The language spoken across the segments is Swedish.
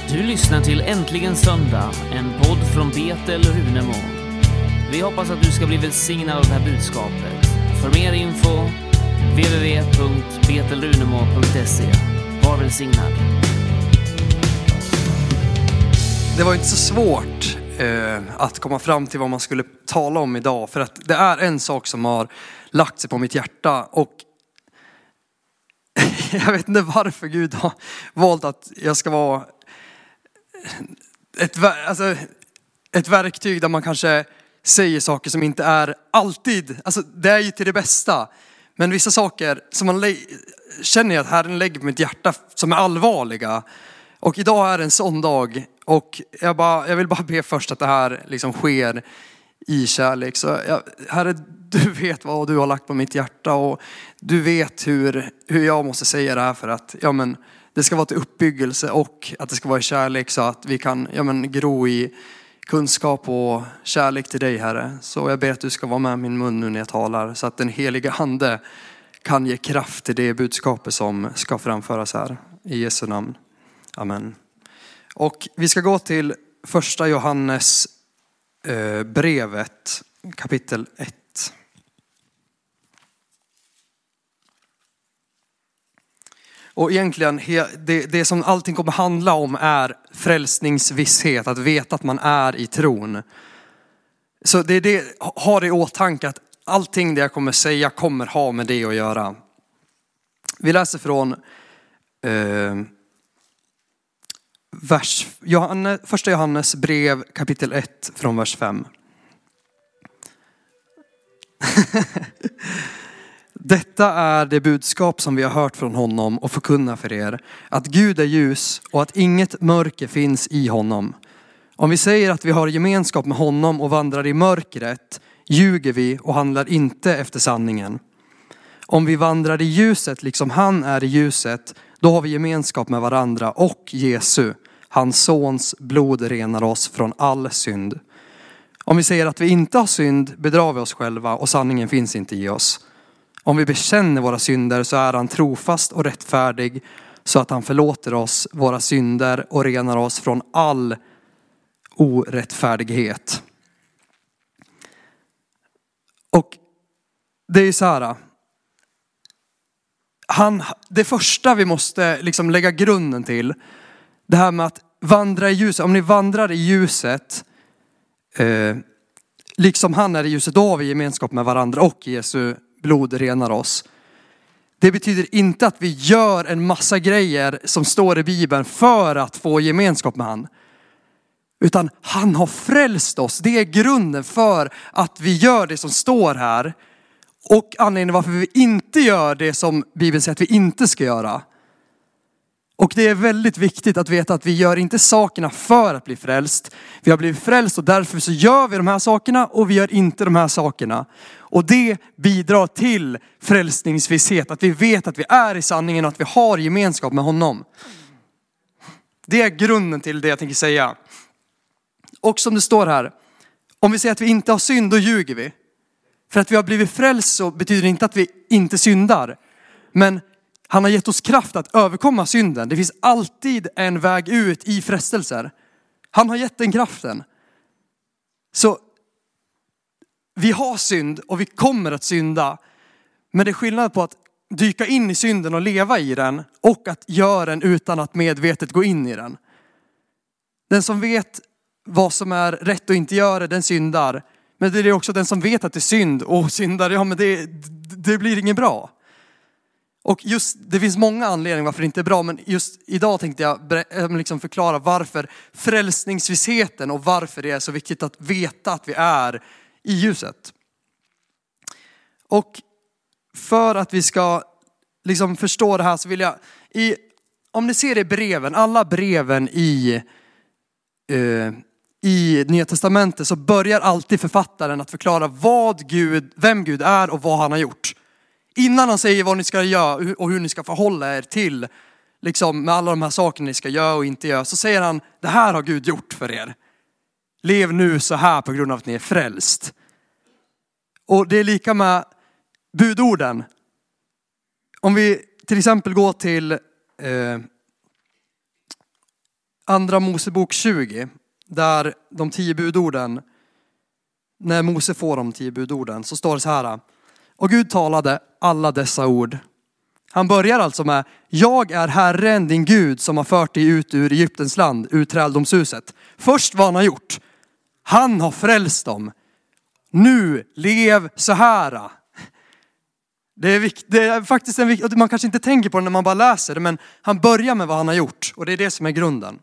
Du lyssnar till Äntligen Söndag, en podd från Betel Runemo. Vi hoppas att du ska bli välsignad av det här budskapet. För mer info, www.betelrunemo.se. Var välsignad. Det var inte så svårt att komma fram till vad man skulle tala om idag. För att det är en sak som har lagt sig på mitt hjärta. Och jag vet inte varför Gud har valt att jag ska vara ett verktyg där man kanske säger saker som inte är alltid. Alltså det är ju till det bästa. Men vissa saker som man känner att Herren lägger på mitt hjärta som är allvarliga. Och idag är en sån dag. Och jag vill bara be först att det här liksom sker i kärlek. Så Herre, du vet vad du har lagt på mitt hjärta. Och du vet hur jag måste säga det här för att det ska vara till uppbyggelse. Och att det ska vara i kärlek så att vi kan gro i kunskap och kärlek till dig, Herre. Så jag ber att du ska vara med min mun nu när jag talar. Så att den heliga ande kan ge kraft till det budskapet som ska framföras här. I Jesu namn. Amen. Och vi ska gå till första Johannes brevet kapitel 1. Och egentligen det som allting kommer handla om är frälsningsvisshet. Att veta att man är i tron. Så har det i åtanke att allting det jag kommer säga kommer ha med det att göra. Vi läser från första Johannes brev kapitel 1 från vers 5. Detta är det budskap som vi har hört från honom och förkunnar för er. Att Gud är ljus och att inget mörker finns i honom. Om vi säger att vi har gemenskap med honom och vandrar i mörkret, ljuger vi och handlar inte efter sanningen. Om vi vandrar i ljuset liksom han är i ljuset, då har vi gemenskap med varandra och Jesu, hans sons blod renar oss från all synd. Om vi säger att vi inte har synd, bedrar vi oss själva och sanningen finns inte i oss. Om vi bekänner våra synder så är han trofast och rättfärdig så att han förlåter oss våra synder och renar oss från all orättfärdighet. Och det är ju så här. Det första vi måste liksom lägga grunden till, det här med att vandra i ljuset. Om ni vandrar i ljuset, liksom han är i ljuset, då har vi gemenskap med varandra och Jesu blod renar oss. Det betyder inte att vi gör en massa grejer som står i Bibeln för att få gemenskap med han. Utan han har frälst oss. Det är grunden för att vi gör det som står här. Och anledningen varför vi inte gör det som Bibeln säger att vi inte ska göra. Och det är väldigt viktigt att veta att vi gör inte sakerna för att bli frälst. Vi har blivit frälst och därför så gör vi de här sakerna och vi gör inte de här sakerna. Och det bidrar till frälsningsvisshet. Att vi vet att vi är i sanningen och att vi har gemenskap med honom. Det är grunden till det jag tänker säga. Och som det står här. Om vi säger att vi inte har synd, då ljuger vi. För att vi har blivit frälst så betyder det inte att vi inte syndar. Men han har gett oss kraft att överkomma synden. Det finns alltid en väg ut i frestelser. Han har gett den kraften. Så vi har synd och vi kommer att synda. Men det är skillnad på att dyka in i synden och leva i den. Och att göra den utan att medvetet gå in i den. Den som vet vad som är rätt och inte gör det, den syndar. Men det är också den som vet att det är synd och syndar, men det blir inget bra. Och just, det finns många anledningar varför det inte är bra, men just idag tänkte jag förklara varför frälsningsvissheten och varför det är så viktigt att veta att vi är i ljuset. Och för att vi ska förstå det här så vill jag, om ni ser i breven, alla breven i Nya Testamentet så börjar alltid författaren att förklara vem Gud är och vad han har gjort. Innan han säger vad ni ska göra och hur ni ska förhålla er till med alla de här sakerna ni ska göra och inte göra, så säger han, det här har Gud gjort för er. Lev nu så här på grund av att ni är frälst. Och det är lika med budorden. Om vi till exempel går till Andra Mosebok 20, där de 10 budorden, när Mose får de 10 budorden, så står det så här: och Gud talade alla dessa ord. Han börjar alltså med: jag är Herren din Gud som har fört dig ut ur Egyptens land, ur träldomshuset. Först vad han har gjort. Han har frälst dem. Nu lev så här. Det är faktiskt en viktig, man kanske inte tänker på det när man bara läser det, men han börjar med vad han har gjort. Och det är det som är grunden.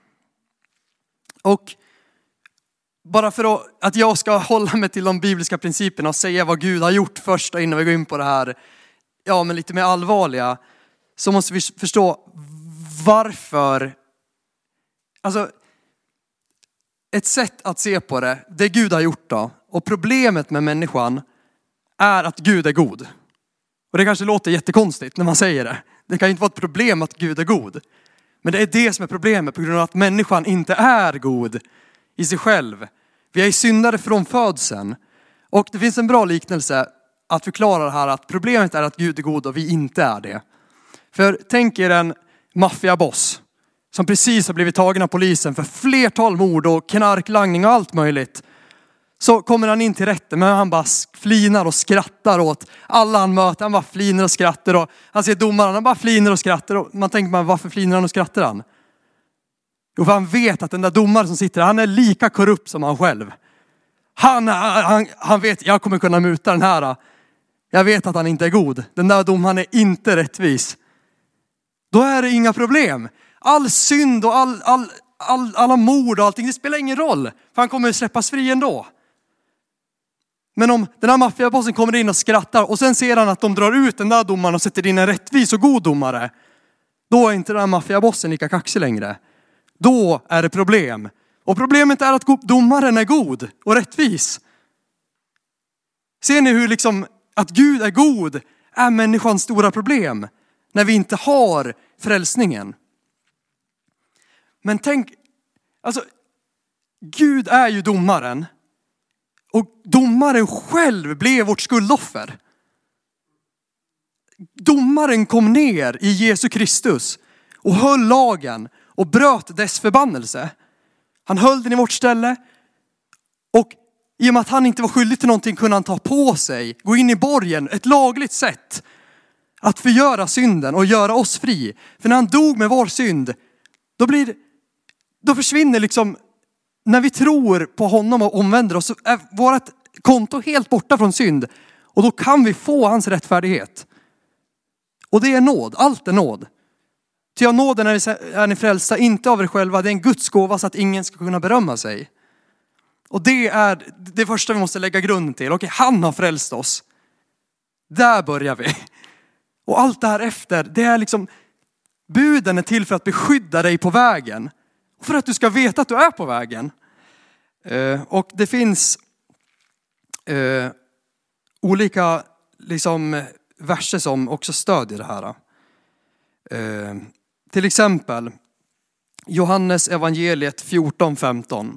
Och bara för att jag ska hålla mig till de bibliska principerna och säga vad Gud har gjort först innan vi går in på det här, ja, men lite mer allvarliga, så måste vi förstå varför. Alltså, ett sätt att se på det Gud har gjort då. Och problemet med människan är att Gud är god. Och det kanske låter jättekonstigt när man säger det. Det kan ju inte vara ett problem att Gud är god. Men det är det som är problemet, på grund av att människan inte är god i sig själv. Vi är syndare från födseln. Och det finns en bra liknelse att förklara det här, att problemet är att Gud är god och vi inte är det. För tänk er en maffiaboss som precis har blivit tagen av polisen för flertal mord och knarklangning och allt möjligt. Så kommer han in till rätten, men han bara flinar och skrattar åt alla han möter. Han bara flinar och skrattar, och han ser domaren, han bara flinar och skrattar. Och man tänker, varför flinar han och skrattar han? Jo, för han vet att den där domaren som sitter där, han är lika korrupt som han själv. Han vet, jag kommer kunna muta den här. Jag vet att han inte är god. Den där domaren är inte rättvis. Då är det inga problem. All synd och alla mord och allting, det spelar ingen roll. För han kommer släppas fri ändå. Men om den här maffiabossen kommer in och skrattar och sen ser han att de drar ut den där domaren och sätter in en rättvis och god domare, då är inte den här maffiabossen lika kaxig längre. Då är det problem. Och problemet är att domaren är god och rättvis. Ser ni hur liksom att Gud är god är människans stora problem när vi inte har frälsningen? Men tänk, alltså Gud är ju domaren. Och domaren själv blev vårt skuldoffer. Domaren kom ner i Jesu Kristus och höll lagen och bröt dess förbannelse. Han höll den i vårt ställe. Och i och med att han inte var skyldig till någonting kunde han ta på sig, gå in i borgen, ett lagligt sätt att förgöra synden och göra oss fri. För när han dog med vår synd, då försvinner liksom, när vi tror på honom och omvänder oss, så är vårt konto helt borta från synd. Och då kan vi få hans rättfärdighet. Och det är nåd, allt är nåd. Ty av nåden är ni frälsta, inte av er själva. Det är en Guds gåva så att ingen ska kunna berömma sig. Och det är det första vi måste lägga grunden till. Okej, han har frälst oss. Där börjar vi. Och allt det här efter, det är liksom, buden är till för att beskydda dig på vägen. Och för att du ska veta att du är på vägen. Och det finns olika liksom verser som också stödjer det här. Till exempel Johannes evangeliet 14:15.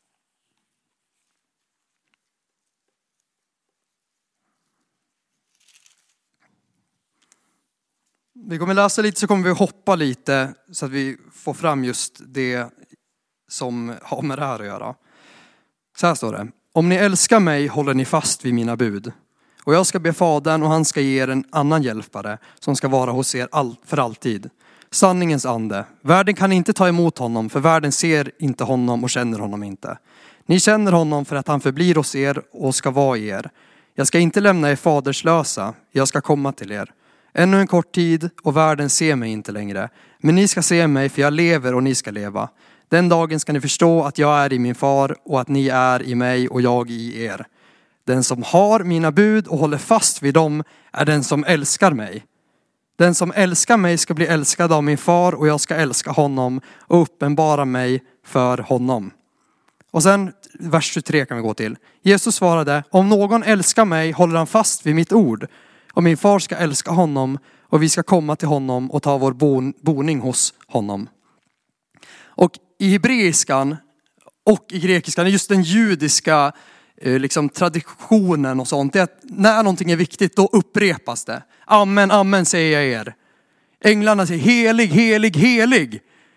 Vi kommer läsa lite, så kommer vi hoppa lite så att vi får fram just det som har med det här att göra. Så här står det: om ni älskar mig håller ni fast vid mina bud. Och jag ska be Fadern och han ska ge er en annan hjälpare som ska vara hos er för alltid. Sanningens ande. Världen kan inte ta emot honom, för världen ser inte honom och känner honom inte. Ni känner honom för att han förblir hos er och ska vara i er. Jag ska inte lämna er faderslösa, jag ska komma till er. Ännu en kort tid och världen ser mig inte längre. Men ni ska se mig, för jag lever och ni ska leva. Den dagen ska ni förstå att jag är i min far och att ni är i mig och jag i er. Den som har mina bud och håller fast vid dem är den som älskar mig. Den som älskar mig ska bli älskad av min far och jag ska älska honom och uppenbara mig för honom. Och sen vers 23 kan vi gå till. Jesus svarade: om någon älskar mig håller han fast vid mitt ord. Och min far ska älska honom och vi ska komma till honom och ta vår boning hos honom. Och i hebreiskan och i grekiskan, just den judiska liksom traditionen och sånt, det är att när någonting är viktigt då upprepas det. Amen, amen säger jag er. Änglarna säger helig, helig, helig.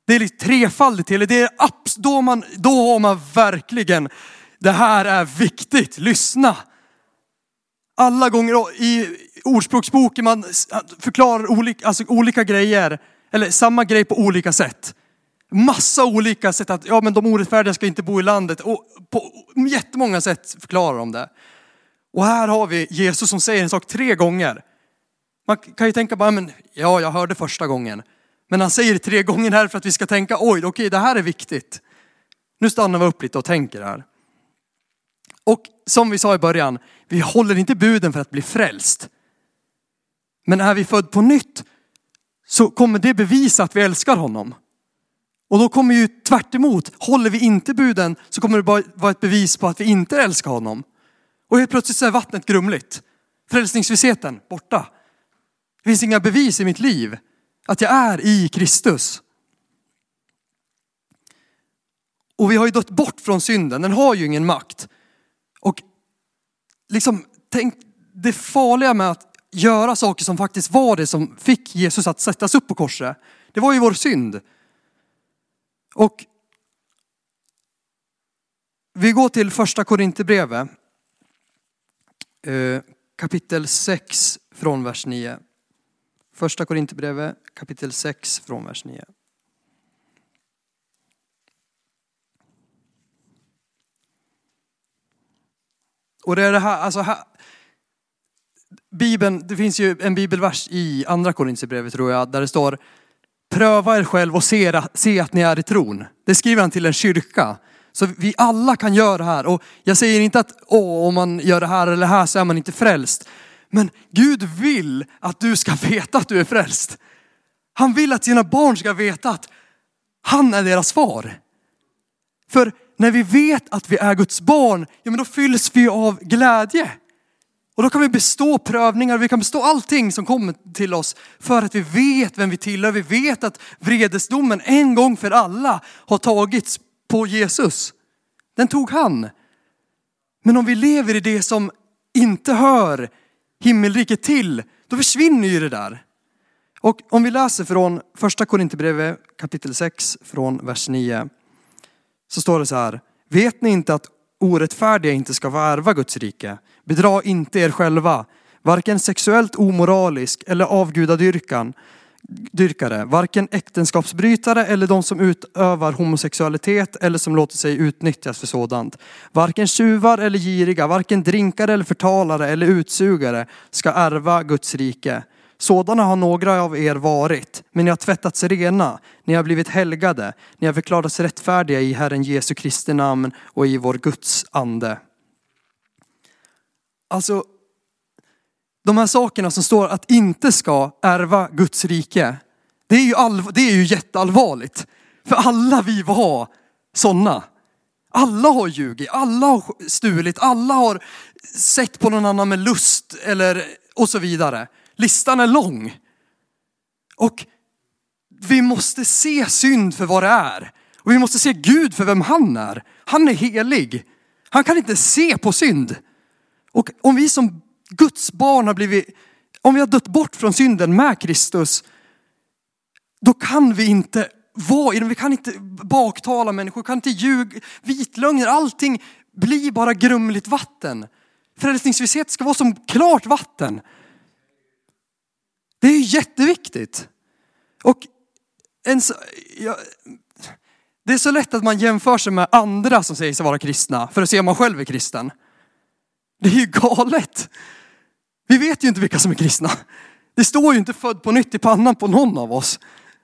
Det är lite trefaldigt till. Det är då har man verkligen, det här är viktigt, lyssna. Alla gånger i ordspråksboken man förklarar olika grejer, eller samma grej på olika sätt. Massa olika sätt att, men de orättfärdiga ska inte bo i landet. Och på jättemånga sätt förklarar de det. Och här har vi Jesus som säger en sak 3 gånger. Man kan ju tänka bara, jag hörde första gången. Men han säger det 3 gånger här för att vi ska tänka, okej, det här är viktigt. Nu stannar vi upp lite och tänker här. Och som vi sa i början, vi håller inte buden för att bli frälst. Men är vi född på nytt så kommer det bevisa att vi älskar honom. Och då kommer ju tvärt emot, håller vi inte buden så kommer det bara vara ett bevis på att vi inte älskar honom. Och helt plötsligt så är vattnet grumligt. Frälsningsvissheten borta. Det finns inga bevis i mitt liv att jag är i Kristus. Och vi har ju dött bort från synden. Den har ju ingen makt. Och liksom, tänk det farliga med att göra saker som faktiskt var det som fick Jesus att sättas upp på korset. Det var ju vår synd. Och vi går till första Korinthierbrevet. Kapitel 6 från vers 9. Första Korinthierbrevet kapitel 6 från vers 9. Och det är det här, alltså här, Bibeln, det finns ju en bibelvers i andra Korinthierbrevet tror jag, där det står: pröva er själv och se att ni är i tron. Det skriver han till en kyrka. Så vi alla kan göra det här. Och jag säger inte att om man gör det här eller här så är man inte frälst. Men Gud vill att du ska veta att du är frälst. Han vill att sina barn ska veta att han är deras far. För när vi vet att vi är Guds barn, men då fylls vi av glädje. Och då kan vi bestå prövningar, vi kan bestå allting som kommer till oss för att vi vet vem vi tillhör. Vi vet att vredesdomen en gång för alla har tagits på Jesus. Den tog han. Men om vi lever i det som inte hör himmelriket till, då försvinner ju det där. Och om vi läser från första Korinthierbrevet kapitel 6 från vers 9 så står det så här: vet ni inte att orättfärdiga inte ska få ärva Guds rike? Bedra inte er själva, varken sexuellt omoralisk eller avgudadyrkare, varken äktenskapsbrytare eller de som utövar homosexualitet eller som låter sig utnyttjas för sådant. Varken tjuvar eller giriga, varken drinkare eller förtalare eller utsugare ska ärva Guds rike. Sådana har några av er varit, men ni har tvättats rena, ni har blivit helgade, ni har förklarats rättfärdiga i Herren Jesu Kristi namn och i vår Guds ande. Alltså, de här sakerna som står att inte ska ärva Guds rike, det är ju jätteallvarligt. För alla vi var sådana. Alla har ljugit, alla har stulit, alla har sett på någon annan med lust eller och så vidare. Listan är lång. Och vi måste se synd för vad det är. Och vi måste se Gud för vem han är. Han är helig. Han kan inte se på synd. Och om vi som Guds barn om vi har dött bort från synden med Kristus, då kan vi inte vi kan inte baktala människor, kan inte ljuga, vitlögner, allting blir bara grumligt vatten. Frälsningsvisshet ska vara som klart vatten. Det är jätteviktigt. Och det är så lätt att man jämför sig med andra som säger sig vara kristna för att se om man själv är kristen. Det är ju galet. Vi vet ju inte vilka som är kristna. Det står ju inte född på nytt i pannan på någon av oss.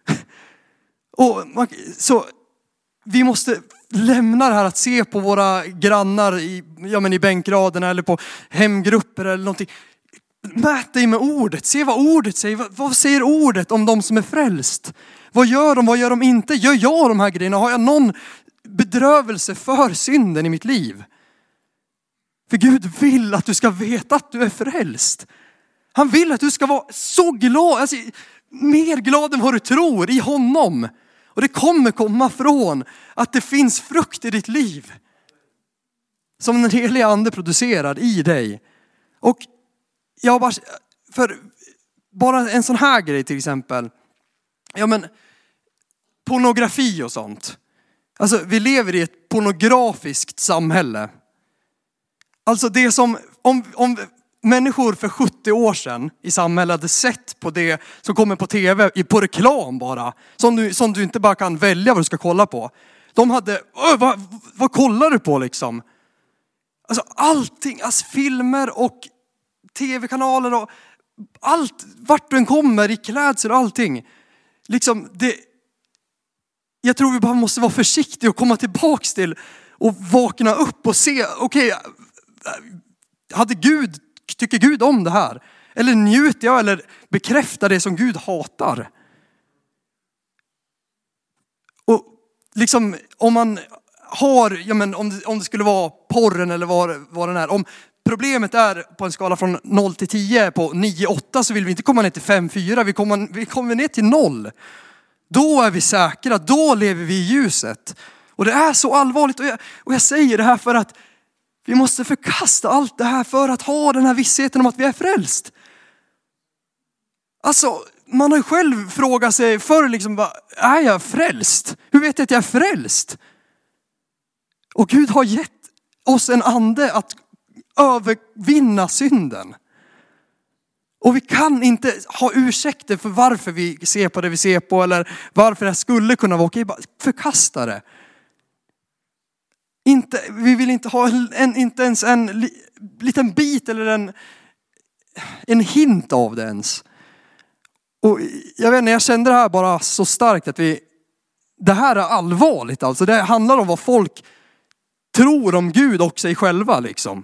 Så vi måste lämna det här att se på våra grannar i bänkraderna eller på hemgrupper eller någonting. Mät dig med ordet. Se vad ordet säger. Vad säger ordet om de som är frälst? Vad gör de? Vad gör de inte? Gör jag de här grejerna? Har jag någon bedrövelse för synden i mitt liv? För Gud vill att du ska veta att du är frälst. Han vill att du ska vara så glad. Alltså, mer glad än vad du tror i honom. Och det kommer komma från att det finns frukt i ditt liv. Som den heliga ande producerar i dig. Och bara en sån här grej till exempel. pornografi och sånt. Alltså vi lever i ett pornografiskt samhälle. Alltså det som, om människor för 70 år sedan i samhället hade sett på det som kommer på tv, på reklam bara. Som du inte bara kan välja vad du ska kolla på. De hade, vad kollar du på liksom? Alltså allting, alltså filmer och tv-kanaler och allt, vart du än kommer i klädsel och allting. Liksom det, jag tror vi bara måste vara försiktiga och komma tillbaks till och vakna upp och se, okej, tycker Gud om det här? Eller njuter jag eller bekräftar det som Gud hatar? Och liksom om man har, ja men om det skulle vara porren eller vad den är. Om problemet är på en skala från 0 till 10 på 9-8 så vill vi inte komma ner till 5-4. Vi kommer ner till 0. Då är vi säkra, då lever vi i ljuset. Och det är så allvarligt och jag säger det här för att vi måste förkasta allt det här för att ha den här vissheten om att vi är frälst. Alltså, man har ju själv frågat sig förr liksom, är jag frälst? Hur vet jag att jag är frälst? Och Gud har gett oss en ande att övervinna synden. Och vi kan inte ha ursäkter för varför vi ser på det vi ser på eller varför det skulle kunna vara okej. Bara förkasta det. Vi vill inte ha inte ens en liten bit eller en hint av det ens. Och jag vet inte, jag kände det här bara så starkt att det här är allvarligt alltså. Det handlar om vad folk tror om Gud och sig själva liksom.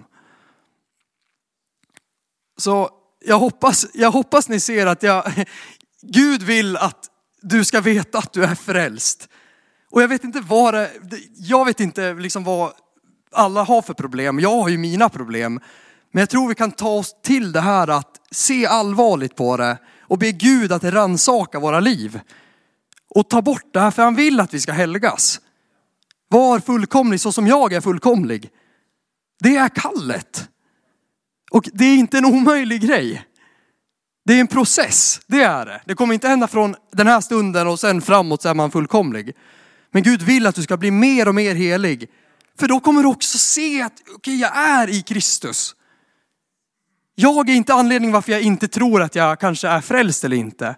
Så jag hoppas ni ser att Gud vill att du ska veta att du är frälst. Och jag vet inte liksom vad alla har för problem. Jag har ju mina problem. Men jag tror vi kan ta oss till det här att se allvarligt på det. Och be Gud att rannsaka våra liv. Och ta bort det här för han vill att vi ska helgas. Var fullkomlig så som jag är fullkomlig. Det är kallet. Och det är inte en omöjlig grej. Det är en process, det är det. Det kommer inte hända från den här stunden och sen framåt så är man fullkomlig. Men Gud vill att du ska bli mer och mer helig. För då kommer du också se att jag är i Kristus. Jag är inte anledningen varför jag inte tror att jag kanske är frälst eller inte.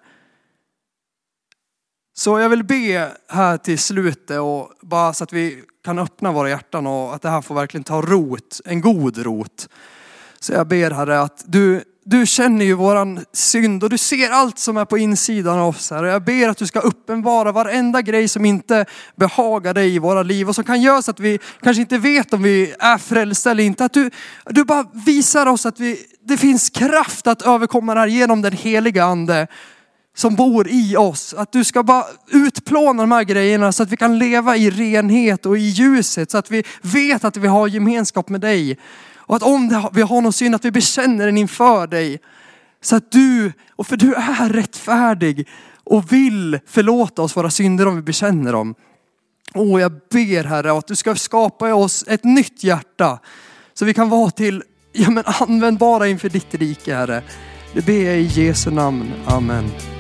Så jag vill be här till slutet och bara så att vi kan öppna våra hjärtan och att det här får verkligen ta rot, en god rot. Så jag ber Herre att du känner ju våran synd och du ser allt som är på insidan av oss här. Och jag ber att du ska uppenbara varenda grej som inte behagar dig i våra liv och som kan göra så att vi kanske inte vet om vi är frälsta eller inte. Att du bara visar oss att det finns kraft att överkomma det här genom den heliga ande som bor i oss. Att du ska bara utplåna de här grejerna så att vi kan leva i renhet och i ljuset. Så att vi vet att vi har gemenskap med dig. Och att om vi har någon synd att vi bekänner den inför dig. Så att för du är rättfärdig och vill förlåta oss våra synder om vi bekänner dem. Jag ber Herre att du ska skapa i oss ett nytt hjärta. Så vi kan vara användbara inför ditt rike Herre. Det ber jag i Jesu namn. Amen.